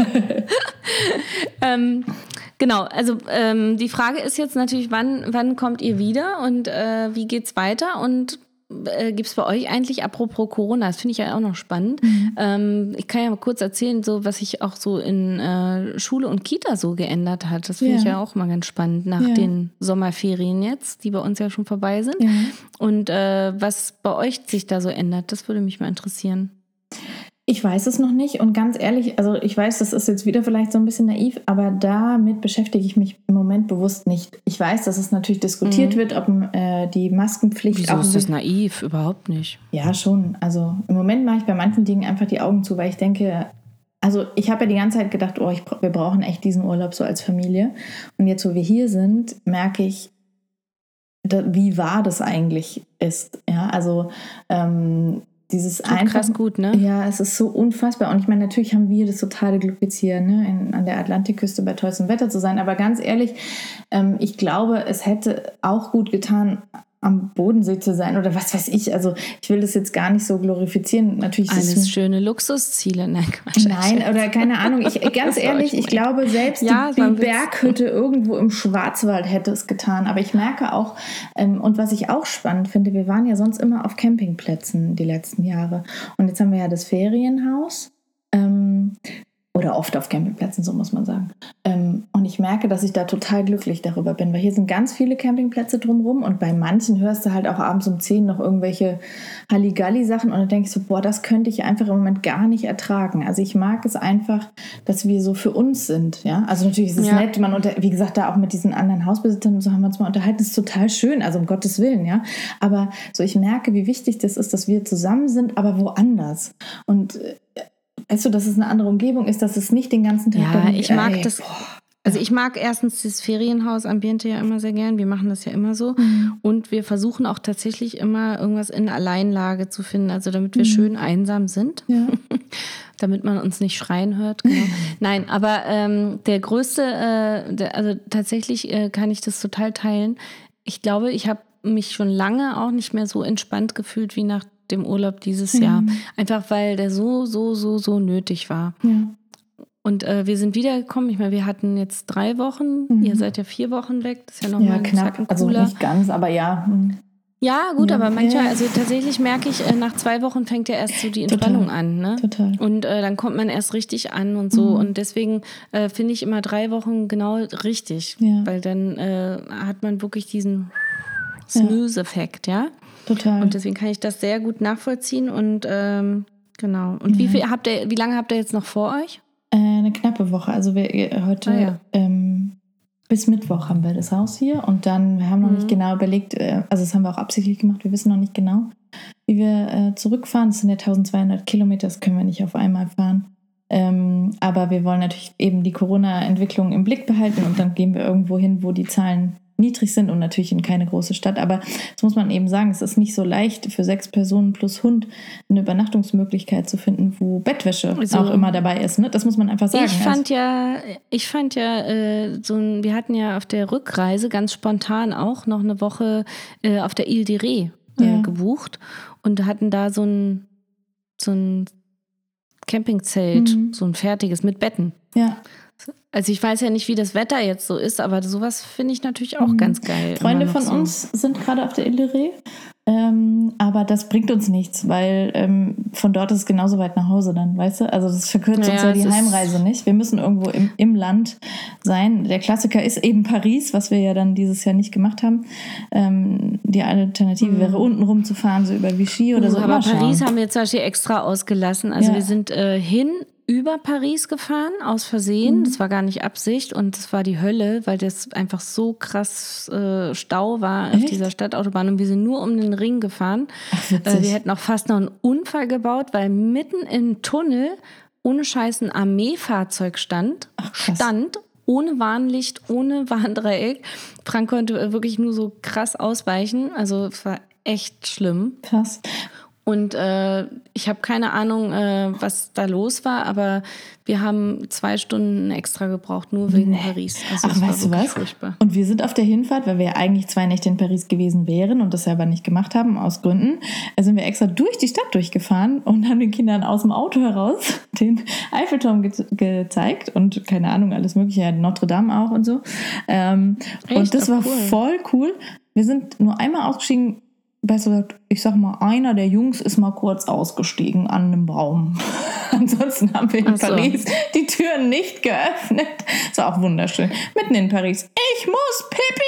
ähm, genau, also ähm, die Frage ist jetzt natürlich, wann, wann kommt ihr wieder und äh, wie geht's weiter? Und äh, gibt es bei euch eigentlich, apropos Corona, das finde ich ja auch noch spannend. Mhm. Ähm, ich kann ja mal kurz erzählen, so was sich auch so in äh, Schule und Kita so geändert hat. Das finde Ja. ich ja auch mal ganz spannend nach Ja. den Sommerferien jetzt, die bei uns ja schon vorbei sind. Ja. Und äh, was bei euch sich da so ändert, das würde mich mal interessieren. Ich weiß es noch nicht und ganz ehrlich, also ich weiß, das ist jetzt wieder vielleicht so ein bisschen naiv, aber damit beschäftige ich mich im Moment bewusst nicht. Ich weiß, dass es natürlich diskutiert Mhm. wird, ob äh, die Maskenpflicht Wieso auch... ist das naiv? Überhaupt nicht. Ja, schon. Also im Moment mache ich bei manchen Dingen einfach die Augen zu, weil ich denke, also ich habe ja die ganze Zeit gedacht, oh, ich, wir brauchen echt diesen Urlaub so als Familie. Und jetzt, wo wir hier sind, merke ich, da, wie wahr das eigentlich ist. Ja, also ähm, dieses Tut einfach... krass gut, ne? Ja, es ist so unfassbar. Und ich meine, natürlich haben wir das totale Glück jetzt hier ne, in, an der Atlantikküste bei tollstem Wetter zu sein. Aber ganz ehrlich, ähm, ich glaube, es hätte auch gut getan, am Bodensee zu sein oder was weiß ich. Also ich will das jetzt gar nicht so glorifizieren. Natürlich ist es Alles schöne Luxusziele. Nein, Quatsch. Nein, oder keine Ahnung. Ich, ganz Das ehrlich, war ich glaube, selbst Ja, die, es war ein die Witz. Berghütte irgendwo im Schwarzwald hätte es getan. Aber ich merke auch, ähm, und was ich auch spannend finde, wir waren ja sonst immer auf Campingplätzen die letzten Jahre. Und jetzt haben wir ja das Ferienhaus. Ähm, oder oft auf Campingplätzen, so muss man sagen. Ähm, und ich merke, dass ich da total glücklich darüber bin, weil hier sind ganz viele Campingplätze drumherum und bei manchen hörst du halt auch abends um zehn noch irgendwelche Halligalli-Sachen und dann denke ich so, boah, das könnte ich einfach im Moment gar nicht ertragen. Also ich mag es einfach, dass wir so für uns sind, ja. Also natürlich ist es Ja. nett, man unter, wie gesagt, da auch mit diesen anderen Hausbesitzern und so haben wir uns mal unterhalten, das ist total schön, also um Gottes Willen, ja. Aber so ich merke, wie wichtig das ist, dass wir zusammen sind, aber woanders. Und äh, weißt du, dass es eine andere Umgebung ist, dass es nicht den ganzen Tag... Ja, irgendwie- ich mag ey, das. boah. Also ich mag erstens das Ferienhaus-Ambiente ja immer sehr gern. Wir machen das ja immer so. Mhm. Und wir versuchen auch tatsächlich immer irgendwas in Alleinlage zu finden, also damit wir Mhm. schön einsam sind. Ja. Damit man uns nicht schreien hört. Genau. Nein, aber ähm, der größte, äh, der, also tatsächlich äh, kann ich das total teilen. Ich glaube, ich habe mich schon lange auch nicht mehr so entspannt gefühlt wie nach dem Urlaub dieses Mhm. Jahr. Einfach weil der so, so, so, so nötig war. Ja. Und äh, wir sind wiedergekommen. Ich meine, wir hatten jetzt drei Wochen. Mhm. Ihr seid ja vier Wochen weg. Das ist ja nochmal Ja, ein knapp, Zacken also cooler. nicht ganz, aber ja. Mhm. Ja, gut, Ja. aber manchmal, Ja. also tatsächlich merke ich, äh, nach zwei Wochen fängt ja erst so die Entspannung Total. an. Ne? Total. Und äh, dann kommt man erst richtig an und so. Mhm. Und deswegen äh, finde ich immer drei Wochen genau richtig. Ja. Weil dann äh, hat man wirklich diesen Snooze-Effekt, ja. Total. Und deswegen kann ich das sehr gut nachvollziehen. Und ähm, genau. Und wie Ja. viel habt ihr, wie lange habt ihr jetzt noch vor euch? Äh, eine knappe Woche. Also wir äh, heute Ah, ja. ähm, bis Mittwoch haben wir das Haus hier und dann, wir haben noch Mhm. nicht genau überlegt, äh, also das haben wir auch absichtlich gemacht, wir wissen noch nicht genau, wie wir äh, zurückfahren. Das sind ja eintausendzweihundert Kilometer, das können wir nicht auf einmal fahren. Ähm, aber wir wollen natürlich eben die Corona-Entwicklung im Blick behalten und dann gehen wir irgendwo hin, wo die Zahlen niedrig sind und natürlich in keine große Stadt. Aber das muss man eben sagen, es ist nicht so leicht für sechs Personen plus Hund eine Übernachtungsmöglichkeit zu finden, wo Bettwäsche Also, auch immer dabei ist. Ne? Das muss man einfach sagen. Ich fand ja, ich fand ja, äh, so ein, wir hatten ja auf der Rückreise ganz spontan auch noch eine Woche äh, auf der Ile de Ré äh, Ja. gebucht und hatten da so ein, so ein Campingzelt, Mhm. so ein fertiges mit Betten. Ja. Also ich weiß ja nicht, wie das Wetter jetzt so ist, aber sowas finde ich natürlich auch Mhm. ganz geil. Freunde immer noch von so. uns sind gerade auf der Ile de Ré. Ähm, aber aber das bringt uns nichts, weil ähm, von dort ist es genauso weit nach Hause dann, weißt du? Also das verkürzt Ja, uns ja die es Heimreise nicht. Wir müssen irgendwo im, im Land sein. Der Klassiker ist eben Paris, was wir ja dann dieses Jahr nicht gemacht haben. Ähm, die Alternative wäre, unten rumzufahren, so über Vichy oder Uh, so. aber Mal schauen. Paris haben wir zum Beispiel extra ausgelassen. Also Ja. wir sind äh, hin über Paris gefahren, aus Versehen. Mhm. Das war gar nicht Absicht und das war die Hölle, weil das einfach so krass äh, Stau war auf Echt? dieser Stadtautobahn und wir sind nur um den Ring gefahren. Ach, witzig. Äh, wir hätten auch fast noch einen Unfall gebaut, weil mitten im Tunnel ohne Scheiß ein Armeefahrzeug stand, Ach, krass. stand ohne Warnlicht, ohne Warndreieck. Frank konnte wirklich nur so krass ausweichen. Also es war echt schlimm. Krass. Und äh, ich habe keine Ahnung, äh, was da los war, aber wir haben zwei Stunden extra gebraucht, nur wegen Paris. Also Ach, es war weißt du wirklich was? furchtbar. Und wir sind auf der Hinfahrt, weil wir ja eigentlich zwei Nächte in Paris gewesen wären und das ja aber nicht gemacht haben, aus Gründen, äh, sind wir extra durch die Stadt durchgefahren und haben den Kindern aus dem Auto heraus den Eiffelturm ge- gezeigt und keine Ahnung, alles mögliche, Notre Dame auch und so. Ähm, Echt? und das Ach, war cool. voll cool. Wir sind nur einmal ausgestiegen. Weißt du, ich sag mal, einer der Jungs ist mal kurz ausgestiegen an einem Baum. Ansonsten haben wir in Ach so. Paris die Türen nicht geöffnet. Das war auch wunderschön. Mitten in Paris. Ich muss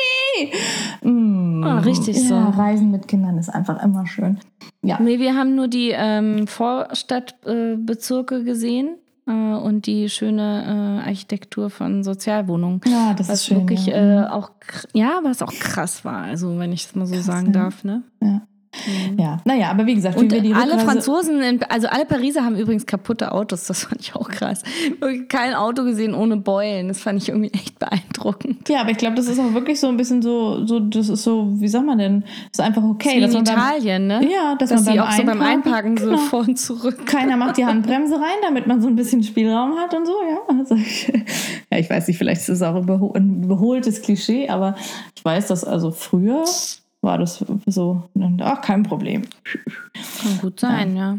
Pipi! Mm. Ah, richtig so. Ja, Reisen mit Kindern ist einfach immer schön. Ja. Nee, wir haben nur die ähm, Vorstadtbezirke äh, gesehen äh, und die schöne äh, Architektur von Sozialwohnungen. Ja, das was ist schön. wirklich ja. äh, auch, kr- ja, was auch krass war, also wenn ich es mal so Krass, sagen ja. darf, ne? ja. ja, naja, aber wie gesagt, wie Und wir die alle Rückreise- Franzosen, in, also alle Pariser haben übrigens kaputte Autos, das fand ich auch krass. Wirklich kein Auto gesehen ohne Beulen, das fand ich irgendwie echt beeindruckend. Ja, aber ich glaube, das ist auch wirklich so ein bisschen so, so, das ist so, wie sagt man denn, das ist einfach okay. Das ist wie in dass man beim- Italien, ne? Ja, dass, Dass man die beim auch so beim Einparken so genau. vor und zurück. Keiner macht die Handbremse rein, damit man so ein bisschen Spielraum hat und so, ja. Also ich, ja, ich weiß nicht, vielleicht ist es auch überho- ein überholtes Klischee, aber ich weiß, dass also früher war das so, ach, kein Problem. Kann gut sein, ja.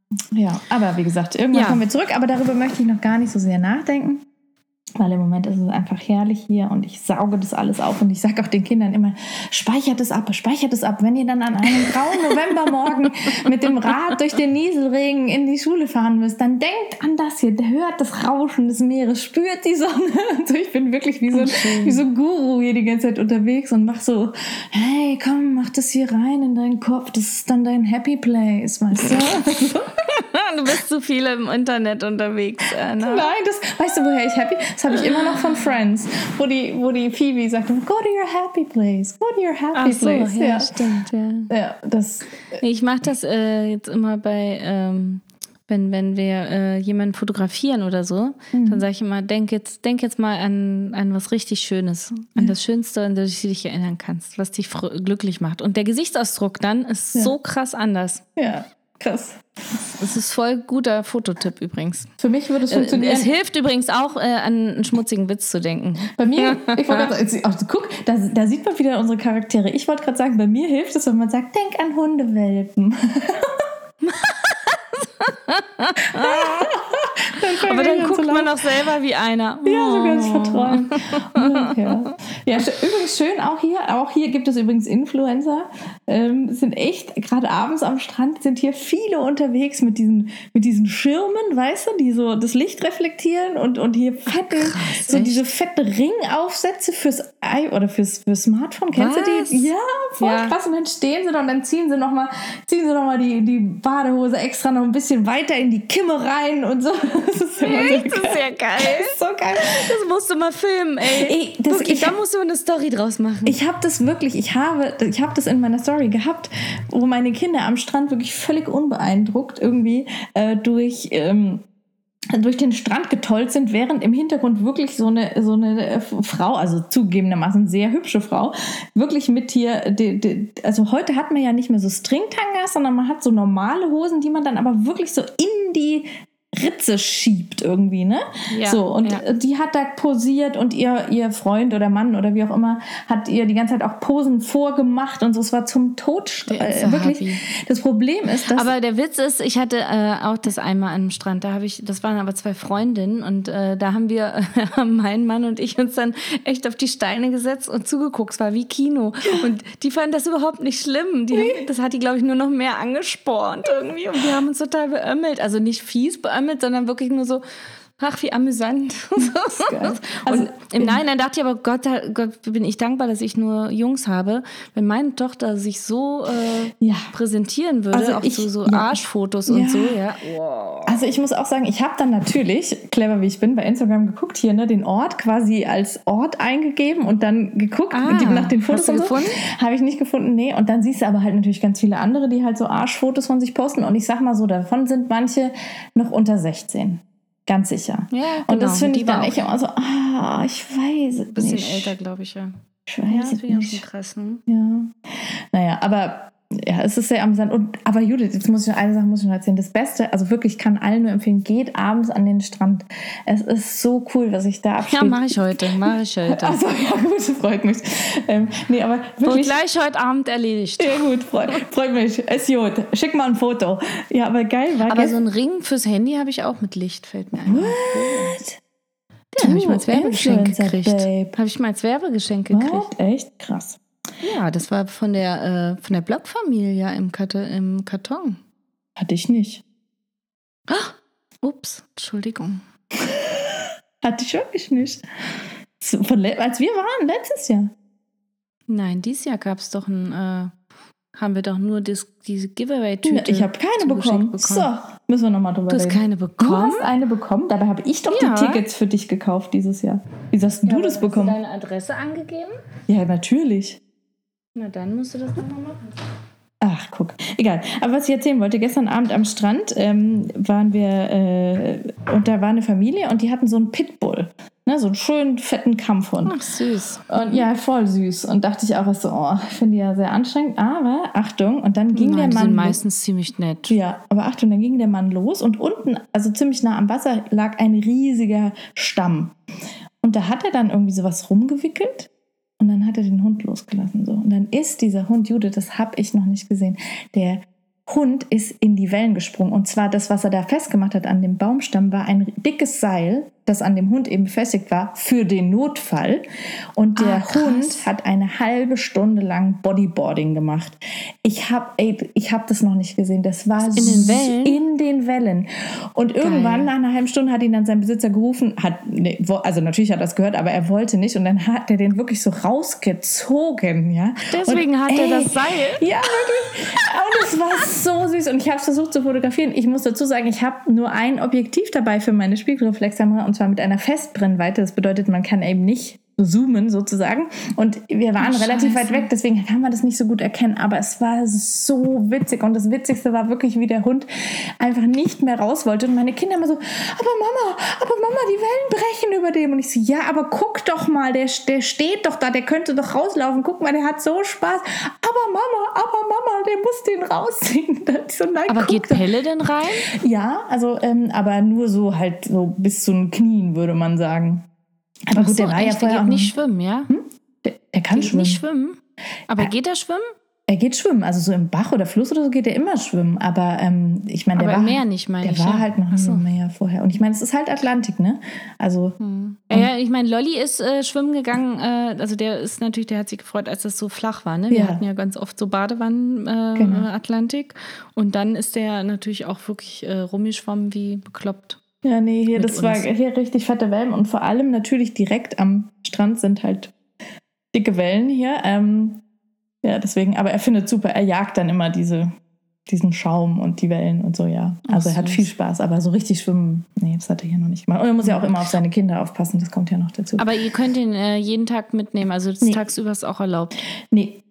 Ja, aber wie gesagt, irgendwann Ja. kommen wir zurück, aber darüber möchte ich noch gar nicht so sehr nachdenken. Weil im Moment ist es einfach herrlich hier und ich sauge das alles auf und ich sage auch den Kindern immer, speichert es ab, speichert es ab. Wenn ihr dann an einem grauen Novembermorgen mit dem Rad durch den Nieselregen in die Schule fahren müsst, dann denkt an das hier, hört das Rauschen des Meeres, spürt die Sonne. Und so, ich bin wirklich wie so, wie so ein Guru hier die ganze Zeit unterwegs und mach so, hey, komm, mach das hier rein in deinen Kopf, das ist dann dein Happy Place, weißt du? Du bist zu viel im Internet unterwegs, Anna. Nein, das, weißt du, woher ich happy? Das habe ich immer noch von Friends, wo die, wo die Phoebe sagt, go to your happy place, go to your happy Ach so, place. ja, Ja, stimmt, ja. ja, das, Ich mache das äh, jetzt immer bei, ähm, wenn, wenn wir äh, jemanden fotografieren oder so, dann sage ich immer, denk jetzt, denk jetzt mal an, an was richtig Schönes, an das Schönste, an das du dich erinnern kannst, was dich fr- glücklich macht. Und der Gesichtsausdruck dann ist Ja. so krass anders. ja, krass. Das ist voll guter Fototipp übrigens. Für mich würde es Äh, funktionieren. Es hilft übrigens auch, äh, an einen schmutzigen Witz zu denken. Bei mir, ich wollte gerade sagen, ach, guck, da, da sieht man wieder unsere Charaktere. Ich wollte gerade sagen, bei mir hilft es, wenn man sagt, denk an Hundewelpen. Dann Aber dann fängt guckt an zu man lachen. auch selber wie einer. Ja, so ganz Oh. verträumt. Ja. Ja, sch- übrigens schön auch hier. Auch hier gibt es übrigens Influencer. Ähm, sind echt, gerade abends am Strand sind hier viele unterwegs mit diesen, mit diesen Schirmen, weißt du, die so das Licht reflektieren und, und hier fette, krass, so echt? diese fetten Ringaufsätze fürs i oder fürs, fürs Smartphone. Kennst Was? du die? Ja, voll Ja. krass. Und dann stehen sie da und dann ziehen sie nochmal, ziehen sie noch mal die, die Badehose extra noch ein bisschen weiter in die Kimme rein und so. Das ist immer so Echt? Das ist geil. ja geil. Das ist so geil. Das musst du mal filmen, ey. Ey, das- Wirklich, ich da hab- musst du eine Story draus machen. Ich habe das wirklich, ich habe, ich habe das in meiner Story gehabt, wo meine Kinder am Strand wirklich völlig unbeeindruckt irgendwie äh, durch ähm, durch den Strand getollt sind, während im Hintergrund wirklich so eine so eine äh, Frau, also zugegebenermaßen sehr hübsche Frau, wirklich mit hier, die, die, also heute hat man ja nicht mehr so Stringtangas, sondern man hat so normale Hosen, die man dann aber wirklich so in die Ritze schiebt irgendwie, ne? Ja, so, und ja. die hat da posiert und ihr, ihr Freund oder Mann oder wie auch immer hat ihr die ganze Zeit auch Posen vorgemacht und so. Es war zum Tod. Äh, wirklich. Das Problem ist, dass... Aber der Witz ist, ich hatte äh, auch das einmal am Strand, da habe ich, das waren aber zwei Freundinnen und äh, da haben wir, äh, mein Mann und ich, uns dann echt auf die Steine gesetzt und zugeguckt. Es war wie Kino. Und die fanden das überhaupt nicht schlimm. Die, nee. Das hat die, glaube ich, nur noch mehr angespornt irgendwie. Und wir haben uns total beömmelt. Also nicht fies beömmelt, sondern wirklich nur so, ach, wie amüsant. Also, und im Nachhinein dachte ich aber, Gott, Gott, bin ich dankbar, dass ich nur Jungs habe. Wenn meine Tochter sich so äh, ja. präsentieren würde, also auch ich, so, so ja. Arschfotos ja. und so. Ja. Wow. Also ich muss auch sagen, ich habe dann natürlich, clever wie ich bin, bei Instagram geguckt, hier ne, den Ort quasi als Ort eingegeben und dann geguckt ah, nach den Fotos. Hast du und gefunden? So. Habe ich nicht gefunden, nee. Und dann siehst du aber halt natürlich ganz viele andere, die halt so Arschfotos von sich posten. Und ich sag mal so, davon sind manche noch unter sechzehn. Ganz sicher. Ja, genau. Und das finde ich dann auch, echt immer so, ah, ich weiß es bisschen nicht. älter, glaube ich, ja. Ich weiß ja, es das finde ich auch nicht. schon krass, ne? Ja. Naja, aber ja, es ist sehr amüsant. Und, aber Judith, jetzt muss ich noch eine Sache muss ich noch erzählen. Das Beste, also wirklich, ich kann allen nur empfehlen, geht abends an den Strand. Es ist so cool, was ich da abspiele. Ja, mache ich heute, mache ich heute. Also ja, gut, freut mich. Ähm, nee, aber wirklich. Und gleich heute Abend erledigt. Ja gut, freut, freut mich. Ist gut. Schick mal ein Foto. Ja, aber geil war Aber gest- so ein Ring fürs Handy habe ich auch mit Licht, fällt mir ein. What? Ja, habe ich mal als Werbegeschenk Influencer, gekriegt. Babe. Habe ich mal als Werbegeschenk gekriegt. What? Echt krass. Ja, das war von der, äh, von der Blog-Familie im, Kat- im Karton. Hatte ich nicht. Oh, ups, Entschuldigung. Hatte ich wirklich nicht. So, von le- als wir waren, letztes Jahr. Nein, dieses Jahr gab es doch ein, äh, haben wir doch nur das, diese Giveaway-Tüte. Ich habe keine bekommen. bekommen. So, müssen wir nochmal drüber reden. Du hast reden. keine bekommen? Du hast eine bekommen, dabei habe ich doch ja. die Tickets für dich gekauft dieses Jahr. Wie hast ja, du das bekommen? Hast du deine Adresse angegeben? Ja, natürlich. Na, dann musst du das nochmal machen. Ach, guck. Egal. Aber was ich erzählen wollte, gestern Abend am Strand ähm, waren wir, äh, und da war eine Familie und die hatten so einen Pitbull. Ne, so einen schönen, fetten Kampfhund. Ach, süß. Und ja, voll süß. Und dachte ich auch so, oh, ich finde die ja sehr anstrengend. Aber, Achtung, und dann ging Nein, der die Mann... sind meistens ziemlich nett. Ja, aber Achtung, dann ging der Mann los und unten, also ziemlich nah am Wasser, lag ein riesiger Stamm. Und da hat er dann irgendwie sowas rumgewickelt. Und dann hat er den Hund losgelassen. So. Und dann ist dieser Hund, Judith, das habe ich noch nicht gesehen, der Hund ist in die Wellen gesprungen. Und zwar das, was er da festgemacht hat an dem Baumstamm, war ein dickes Seil, das an dem Hund eben befestigt war, für den Notfall. Und der ah, Hund hat eine halbe Stunde lang Bodyboarding gemacht. Ich habe ich hab das noch nicht gesehen. Das war in den Wellen? In den Wellen. Und irgendwann, Geil. nach einer halben Stunde, hat ihn dann sein Besitzer gerufen. Hat, nee, also natürlich hat er das gehört, aber er wollte nicht. Und dann hat er den wirklich so rausgezogen. Ja? Deswegen und, hat ey, er das Seil? Ja, wirklich. Und es war so süß. Und ich habe es versucht zu fotografieren. Ich muss dazu sagen, ich habe nur ein Objektiv dabei für meine Spiegelreflexkamera. Und zwar mit einer Festbrennweite. Das bedeutet, man kann eben nicht zoomen sozusagen. Und wir waren Ach, relativ Scheiße. weit weg, deswegen kann man das nicht so gut erkennen. Aber es war so witzig. Und das Witzigste war wirklich, wie der Hund einfach nicht mehr raus wollte. Und meine Kinder immer so, aber Mama, aber Mama, die Wellen brechen über dem. Und ich so, ja, aber guck doch mal, der, der steht doch da, der könnte doch rauslaufen. Guck mal, der hat so Spaß. Aber Mama, aber Mama, der muss den rausziehen. So, nein, aber geht doch. Pelle denn rein? Ja, also, ähm, aber nur so halt so bis zu den Knien, würde man sagen. Aber Ach gut, so, der war echt? ja vorher der auch geht noch nicht schwimmen, ja? Hm? Der, der kann geht schwimmen. nicht schwimmen. Aber Ja. geht er schwimmen? Er geht schwimmen, also so im Bach oder Fluss oder so geht er immer schwimmen. Aber ähm, ich meine, der Aber war, im Meer nicht, meine der ich. war ja. halt noch nie so. im Meer vorher. Und ich meine, es ist halt Atlantik, ne? Also Hm. Ja, ja, ich meine, Lolli ist äh, schwimmen gegangen. Äh, also der ist natürlich, der hat sich gefreut, als das so flach war. Ne? Wir Ja. hatten ja ganz oft so Badewannen äh, Genau. äh, Atlantik. Und dann ist der natürlich auch wirklich äh, rumgeschwommen wie bekloppt. ja, nee, hier, Mit das war uns. hier richtig fette Wellen. Und vor allem natürlich direkt am Strand sind halt dicke Wellen hier. Ähm, ja, deswegen, aber er findet super, er jagt dann immer diese, diesen Schaum und die Wellen und so, ja. Also Ach, er hat süß. viel Spaß, aber so richtig schwimmen, nee, das hat er hier noch nicht gemacht. Und er muss ja auch immer auf seine Kinder aufpassen, das kommt ja noch dazu. Aber ihr könnt ihn äh, jeden Tag mitnehmen. Also das Nee. tagsüber ist auch erlaubt. Nee,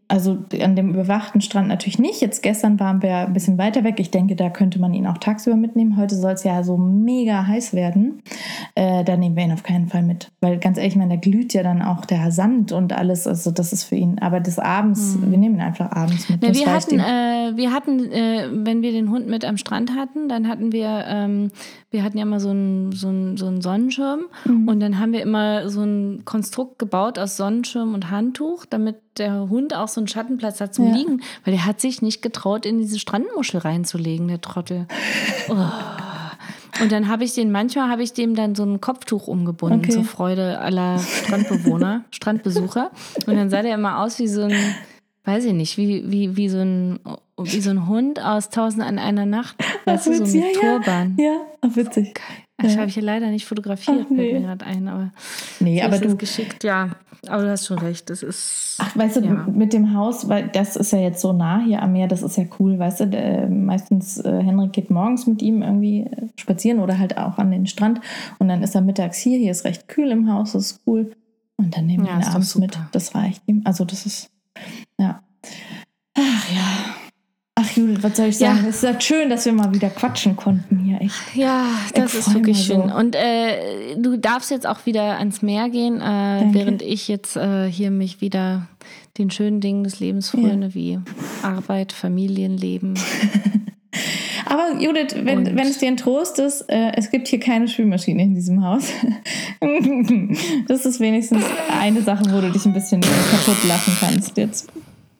also an dem überwachten Strand natürlich nicht. Jetzt gestern waren wir ein bisschen weiter weg. Ich denke, da könnte man ihn auch tagsüber mitnehmen. Heute soll es ja so mega heiß werden. Äh, da nehmen wir ihn auf keinen Fall mit. Weil ganz ehrlich, ich meine, da glüht ja dann auch der Sand und alles. Also das ist für ihn. Aber des Abends, hm. wir nehmen ihn einfach abends mit. Na, wir, hatten, äh, wir hatten, äh, wenn wir den Hund mit am Strand hatten, dann hatten wir, ähm, wir hatten ja immer so einen so einen, so einen Sonnenschirm. Mhm. Und dann haben wir immer so ein Konstrukt gebaut aus Sonnenschirm und Handtuch, damit der Hund auch so einen Schattenplatz hat zum ja. Liegen, weil der hat sich nicht getraut, in diese Strandmuschel reinzulegen, der Trottel. Oh. Und dann habe ich den, manchmal habe ich dem dann so ein Kopftuch umgebunden, okay. zur Freude aller Strandbewohner, Strandbesucher. Und dann sah der immer aus wie so ein, weiß ich nicht, wie, wie, wie, so, ein, wie so ein Hund aus Tausend an einer Nacht. Weißt du, so mit ja, Turban. Ja, ach, witzig. So geil. Das ja. habe ich hier leider nicht fotografiert, ach, nee. fällt mir gerade ein. Aber nee, aber du geschickt, ja. Aber du hast schon recht, das ist... Ach, weißt du, ja. mit dem Haus, weil das ist ja jetzt so nah hier am Meer, das ist ja cool, weißt du, der, meistens äh, Henrik geht morgens mit ihm irgendwie spazieren oder halt auch an den Strand und dann ist er mittags hier, hier ist recht kühl im Haus, das ist cool und dann nehmen wir ihn abends mit, das reicht ihm, also das ist, ja. Ach ja. Ach Judith, was soll ich sagen? Ja. Es ist halt schön, dass wir mal wieder quatschen konnten hier, echt. Ja, das ich ist wirklich schön. So. Und äh, du darfst jetzt auch wieder ans Meer gehen, äh, während ich jetzt äh, hier mich wieder den schönen Dingen des Lebens fröne, ja. wie Arbeit, Familienleben. Aber Judith, wenn, wenn es dir ein Trost ist, äh, es gibt hier keine Spülmaschine in diesem Haus. Das ist wenigstens eine Sache, wo du dich ein bisschen kaputt lachen kannst jetzt.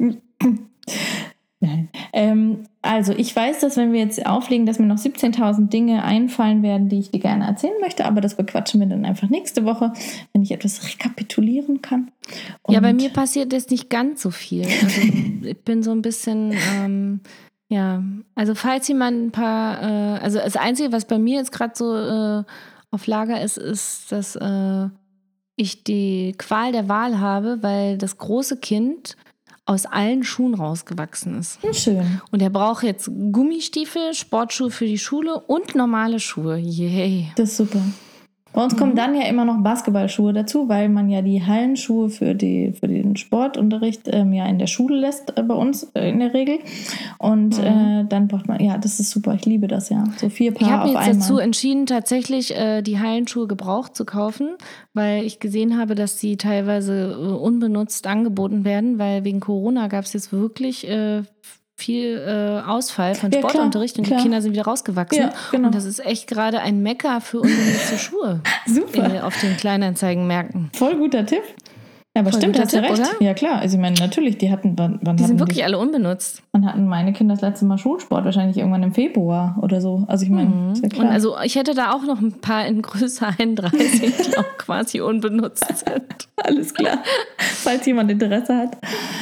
Nein. Ähm, also ich weiß, dass wenn wir jetzt auflegen, dass mir noch siebzehntausend Dinge einfallen werden, die ich dir gerne erzählen möchte, aber das bequatschen wir dann einfach nächste Woche, wenn ich etwas rekapitulieren kann. Und ja, bei mir passiert jetzt nicht ganz so viel. Also ich bin so ein bisschen, ähm, ja, also falls jemand ein paar, äh, also das Einzige, was bei mir jetzt gerade so äh, auf Lager ist, ist, dass äh, ich die Qual der Wahl habe, weil das große Kind aus allen Schuhen rausgewachsen ist. Schön. Und er braucht jetzt Gummistiefel, Sportschuhe für die Schule und normale Schuhe. Yay. Das ist super. Bei uns mhm. kommen dann ja immer noch Basketballschuhe dazu, weil man ja die Hallenschuhe für, die, für den Sportunterricht ähm, ja in der Schule lässt, äh, bei uns äh, in der Regel. Und mhm. äh, dann braucht man, ja, das ist super, ich liebe das ja. So vier Paar auf einmal. Ich habe mich jetzt dazu entschieden, tatsächlich äh, die Hallenschuhe gebraucht zu kaufen, weil ich gesehen habe, dass sie teilweise äh, unbenutzt angeboten werden, weil wegen Corona gab es jetzt wirklich äh, viel äh, Ausfall von ja, Sportunterricht klar, und klar. die Kinder sind wieder rausgewachsen. Ja, genau. Und das ist echt gerade ein Mecker für unbenutzte Schuhe. Super. Äh, auf den Kleinanzeigenmärkten. Voll guter Tipp. Ja, aber Voll stimmt, hast du Tipp, recht. Oder? Ja klar, also ich meine, natürlich, die hatten... Wann, wann die hatten sind wirklich die, alle unbenutzt. Wann hatten meine Kinder das letzte Mal Schulsport? Wahrscheinlich irgendwann im Februar oder so. Also ich meine, mhm. ist ja klar. Und also ich hätte da auch noch ein paar in Größe einunddreißig, die auch quasi unbenutzt sind. Alles klar, falls jemand Interesse hat.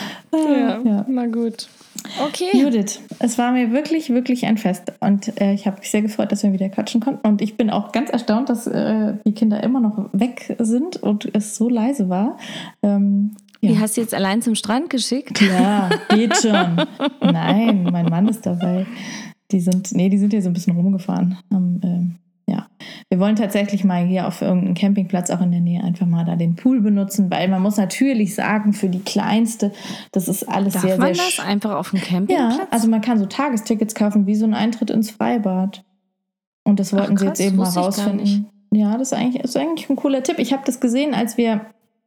Ja, ja. Na gut. Okay. Judith, es war mir wirklich, wirklich ein Fest und äh, ich habe mich sehr gefreut, dass wir wieder quatschen konnten und ich bin auch ganz erstaunt, dass äh, die Kinder immer noch weg sind und es so leise war. Ähm, ja. Die hast du jetzt allein zum Strand geschickt? Ja, geht schon. Nein, mein Mann ist dabei. Die sind, nee, die sind hier so ein bisschen rumgefahren. Haben, ähm, ja, wir wollen tatsächlich mal hier auf irgendeinem Campingplatz auch in der Nähe einfach mal da den Pool benutzen, weil man muss natürlich sagen, für die Kleinste, das ist alles Darf sehr, man sehr... das einfach auf dem Campingplatz? Ja, also man kann so Tagestickets kaufen, wie so ein Eintritt ins Freibad. Und das wollten Ach, krass, sie jetzt eben mal wusste ich gar rausfinden. nicht. Ja, das ist eigentlich, ist eigentlich ein cooler Tipp. Ich habe das gesehen, als wir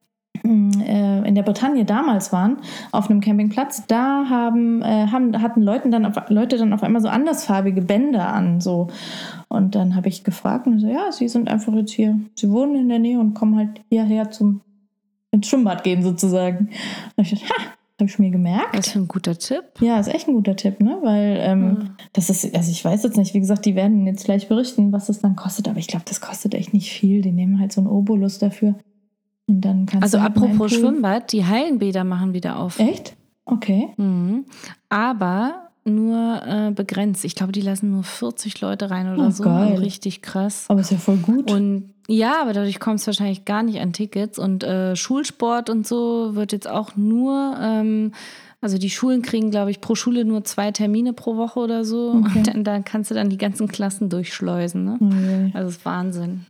äh, in der Bretagne damals waren, auf einem Campingplatz. Da haben, äh, haben, hatten Leuten dann auf, Leute dann auf einmal so andersfarbige Bänder an. So. Und dann habe ich gefragt und so, ja, sie sind einfach jetzt hier, sie wohnen in der Nähe und kommen halt hierher zum ins Schwimmbad gehen sozusagen. Und ich dachte, ha, habe ich mir gemerkt. Das ist ein guter Tipp. Ja, ist echt ein guter Tipp, ne? Weil ähm, mhm. das ist, also ich weiß jetzt nicht, wie gesagt, die werden jetzt gleich berichten, was das dann kostet, aber ich glaube, das kostet echt nicht viel. Die nehmen halt so einen Obolus dafür. Und dann kannst also du halt apropos Schwimmbad, die Hallenbäder machen wieder auf. Echt? Okay. Mhm. Aber nur äh, begrenzt. Ich glaube, die lassen nur vierzig Leute rein oder oh, so. Geil. Richtig krass. Aber ist ja voll gut. Und ja, aber dadurch kommst du wahrscheinlich gar nicht an Tickets. Und äh, Schulsport und so wird jetzt auch nur, ähm, also die Schulen kriegen, glaube ich, pro Schule nur zwei Termine pro Woche oder so. Okay. Und dann, dann kannst du dann die ganzen Klassen durchschleusen. Ne? Okay. Also das ist Wahnsinn.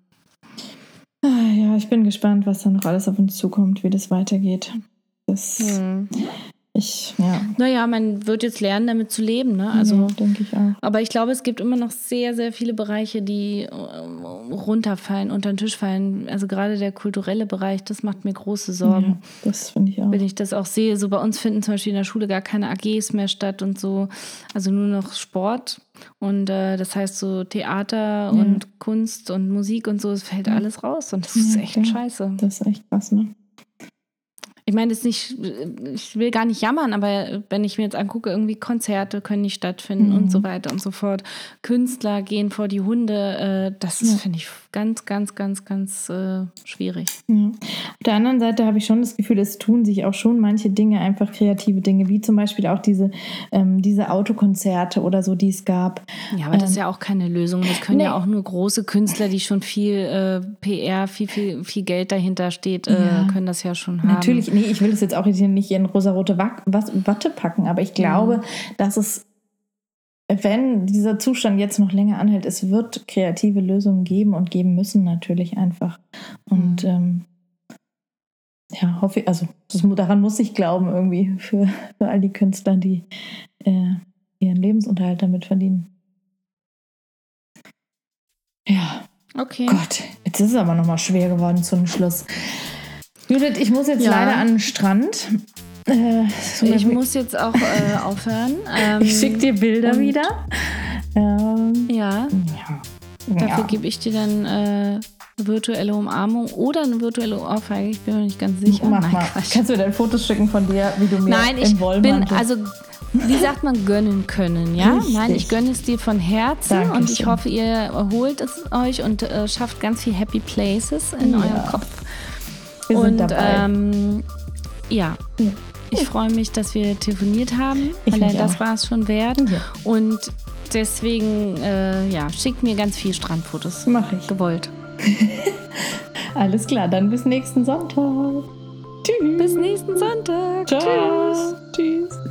Ja, ich bin gespannt, was da noch alles auf uns zukommt, wie das weitergeht. Das, hm. ich ich, ja. Naja, man wird jetzt lernen, damit zu leben, ne? Also, ja, denke ich auch. Aber ich glaube, es gibt immer noch sehr, sehr viele Bereiche, die äh, runterfallen, unter den Tisch fallen. Also gerade der kulturelle Bereich, das macht mir große Sorgen. Ja, das finde ich auch. Wenn ich das auch sehe, so bei uns finden zum Beispiel in der Schule gar keine A Gs mehr statt und so, also nur noch Sport. Und äh, das heißt so Theater ja. und Kunst und Musik und so, es fällt ja. alles raus und das ist ja, echt klar. scheiße. Das ist echt krass, ne? Ich meine, das ist nicht, ich will gar nicht jammern, aber wenn ich mir jetzt angucke, irgendwie Konzerte können nicht stattfinden mhm. und so weiter und so fort. Künstler gehen vor die Hunde, äh, das ja. finde ich ganz, ganz, ganz, ganz äh, schwierig. Ja. Auf der anderen Seite habe ich schon das Gefühl, es tun sich auch schon manche Dinge, einfach kreative Dinge, wie zum Beispiel auch diese, ähm, diese Autokonzerte oder so, die es gab. Ja, aber das ähm, ist ja auch keine Lösung. Das können nee. ja auch nur große Künstler, die schon viel äh, P R, viel, viel, viel Geld dahinter steht, äh, ja. können das ja schon haben. Natürlich, nee, ich will das jetzt auch nicht in rosarote Watte packen, aber ich glaube, mhm. dass es, wenn dieser Zustand jetzt noch länger anhält, es wird kreative Lösungen geben und geben müssen natürlich einfach. Und mhm. ähm, ja, hoffe ich, also das, daran muss ich glauben irgendwie für, für all die Künstler, die äh, ihren Lebensunterhalt damit verdienen. Ja. Okay. Gott, jetzt ist es aber nochmal schwer geworden zum Schluss. Judith, ich muss jetzt ja. leider an den Strand. Äh, ich muss jetzt auch äh, aufhören. Ähm, ich schicke dir Bilder wieder. Ähm, ja. ja. Dafür ja. gebe ich dir dann äh, eine virtuelle Umarmung oder eine virtuelle Ohrfeige. Ich bin mir nicht ganz sicher. Mach Nein, mal. Quatsch. Kannst du mir dann Fotos schicken von dir, wie du mir Nein, im ich Wollmantel... bin, also wie sagt man, gönnen können, ja? Richtig. Nein, ich gönne es dir von Herzen Dankeschön. Und ich hoffe, ihr erholt es euch und äh, schafft ganz viel Happy Places in ja. eurem Kopf. Wir und sind dabei. Ähm, ja. ja. Ich freue mich, dass wir telefoniert haben. Ich Allein das auch. war es schon wert. Ja. Und deswegen, äh, ja, schickt mir ganz viel Strandfotos. Mach ich. Gewollt. Alles klar, dann bis nächsten Sonntag. Tschüss. Bis nächsten Sonntag. Ciao. Tschüss. Tschüss.